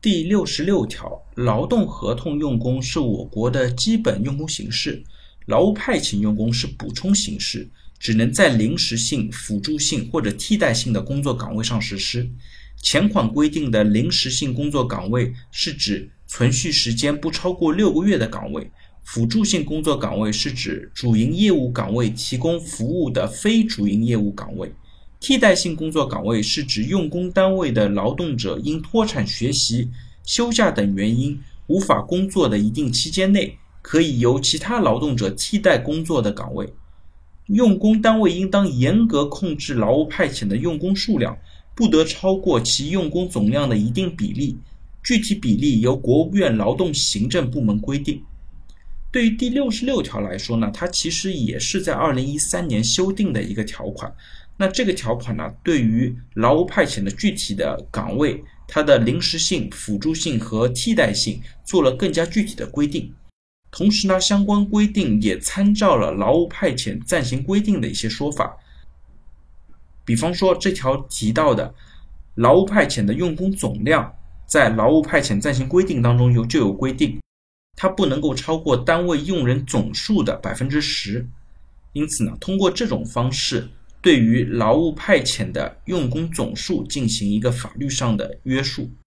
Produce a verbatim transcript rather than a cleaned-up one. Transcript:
第六十六条，劳动合同用工是我国的基本用工形式，劳务派遣用工是补充形式，只能在临时性、辅助性或者替代性的工作岗位上实施。前款规定的临时性工作岗位是指存续时间不超过六个月的岗位，辅助性工作岗位是指主营业务岗位提供服务的非主营业务岗位，替代性工作岗位是指用工单位的劳动者因脱产学习、休假等原因无法工作的一定期间内，可以由其他劳动者替代工作的岗位。用工单位应当严格控制劳务派遣的用工数量，不得超过其用工总量的一定比例，具体比例由国务院劳动行政部门规定。对于第六十六条来说呢，它其实也是在二零一三年修订的一个条款。那这个条款呢，对于劳务派遣的具体的岗位，它的临时性、辅助性和替代性做了更加具体的规定。同时呢，相关规定也参照了劳务派遣暂行规定的一些说法。比方说这条提到的劳务派遣的用工总量，在劳务派遣暂行规定当中有就有规定，它不能够超过单位用人总数的 百分之十。 因此呢，通过这种方式对于劳务派遣的用工总数进行一个法律上的约束。